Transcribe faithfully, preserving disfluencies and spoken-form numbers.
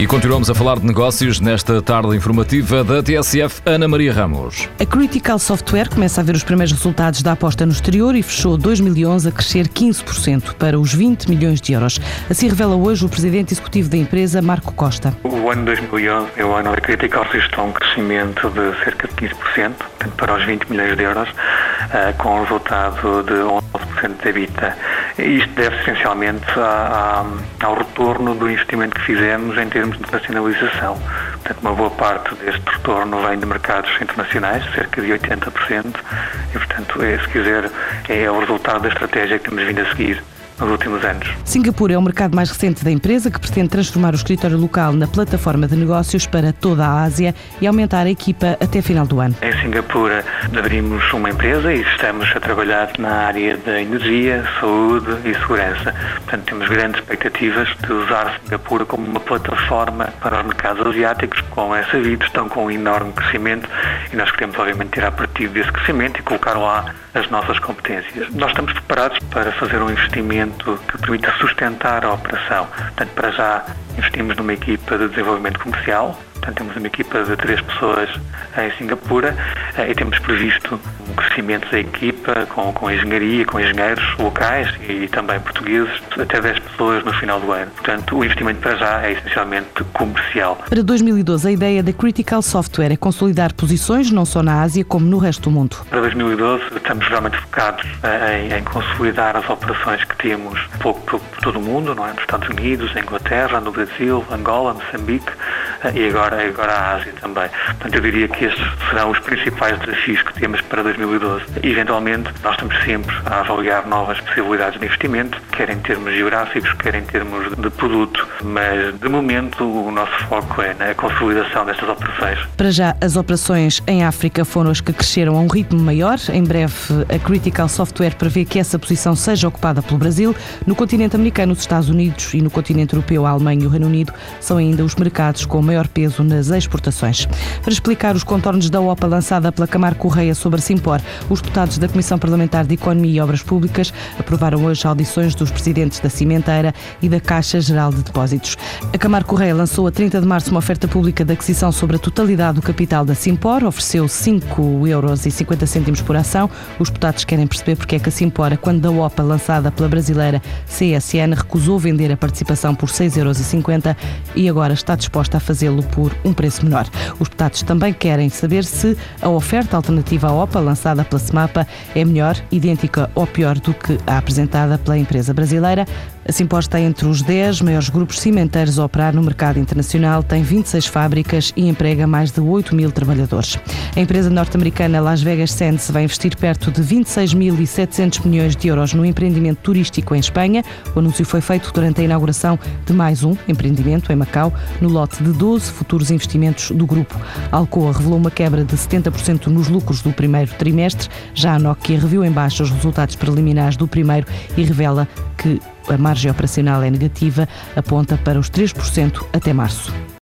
E continuamos a falar de negócios nesta tarde informativa da T S F. Ana Maria Ramos. A Critical Software começa a ver os primeiros resultados da aposta no exterior e fechou dois mil e onze a crescer quinze por cento para os vinte milhões de euros. Assim revela hoje o presidente executivo da empresa, Marco Costa. O ano dois mil e onze é o ano da Critical, registrou um crescimento de cerca de quinze por cento, portanto, para os vinte milhões de euros, com um resultado de onze por cento de EBITDA. Isto deve essencialmente a, a, ao retorno do investimento que fizemos em termos de internacionalização. Portanto, uma boa parte deste retorno vem de mercados internacionais, cerca de oitenta por cento, e, portanto, é, se quiser, é o resultado da estratégia que temos vindo a seguir nos últimos anos. Singapura é o mercado mais recente da empresa, que pretende transformar o escritório local na plataforma de negócios para toda a Ásia e aumentar a equipa até final do ano. Em Singapura abrimos uma empresa e estamos a trabalhar na área da energia, saúde e segurança. Portanto, temos grandes expectativas de usar Singapura como uma plataforma para os mercados asiáticos, como é sabido, estão com um enorme crescimento e nós queremos, obviamente, tirar partido desse crescimento e colocar lá as nossas competências. Nós estamos preparados para fazer um investimento que permita sustentar a operação. Portanto, para já investimos numa equipa de desenvolvimento comercial. Portanto, temos uma equipa de três pessoas em Singapura e temos previsto um crescimento da equipa com, com engenharia, com engenheiros locais e também portugueses, até dez pessoas no final do ano. Portanto, o investimento para já é essencialmente comercial. Para dois mil e doze, a ideia da Critical Software é consolidar posições não só na Ásia como no resto do mundo. Para dois mil e doze, estamos realmente focados em, em consolidar as operações que temos um pouco por, por todo o mundo, não é? Nos Estados Unidos, na Inglaterra, no Brasil, Angola, Moçambique e agora agora a Ásia também. Portanto, eu diria que estes serão os principais desafios que temos para dois mil e doze. Eventualmente, nós estamos sempre a avaliar novas possibilidades de investimento, quer em termos geográficos, quer em termos de produto, mas de momento o nosso foco é na consolidação destas operações. Para já, as operações em África foram as que cresceram a um ritmo maior. Em breve, a Critical Software prevê que essa posição seja ocupada pelo Brasil. No continente americano, os Estados Unidos, e no continente europeu, a Alemanha e o Reino Unido são ainda os mercados com maior peso nas exportações. Para explicar os contornos da OPA lançada pela Camargo Correia sobre a Simpor, os deputados da Comissão Parlamentar de Economia e Obras Públicas aprovaram hoje audições dos presidentes da Cimenteira e da Caixa Geral de Depósitos. A Camargo Correia lançou a trinta de março uma oferta pública de aquisição sobre a totalidade do capital da Simpor, ofereceu cinco euros e cinquenta cêntimos por ação. Os deputados querem perceber porque é que a Simpor, quando da OPA lançada pela brasileira C S N, recusou vender a participação por seis euros e cinquenta e agora está disposta a fazê-lo por um preço menor. Os deputados também querem saber se a oferta alternativa à OPA, lançada pela Semapa, é melhor, idêntica ou pior do que a apresentada pela empresa brasileira. A Simpor está entre os dez maiores grupos cimenteiros a operar no mercado internacional, tem vinte e seis fábricas e emprega mais de oito mil trabalhadores. A empresa norte-americana Las Vegas Sands vai investir perto de vinte e seis mil e setecentos milhões de euros no empreendimento turístico em Espanha. O anúncio foi feito durante a inauguração de mais um empreendimento em Macau, no lote de doze futuros investimentos do grupo. A Alcoa revelou uma quebra de setenta por cento nos lucros do primeiro trimestre. Já a Nokia reviu em baixo os resultados preliminares do primeiro e revela que a margem operacional é negativa, aponta para os três por cento até março.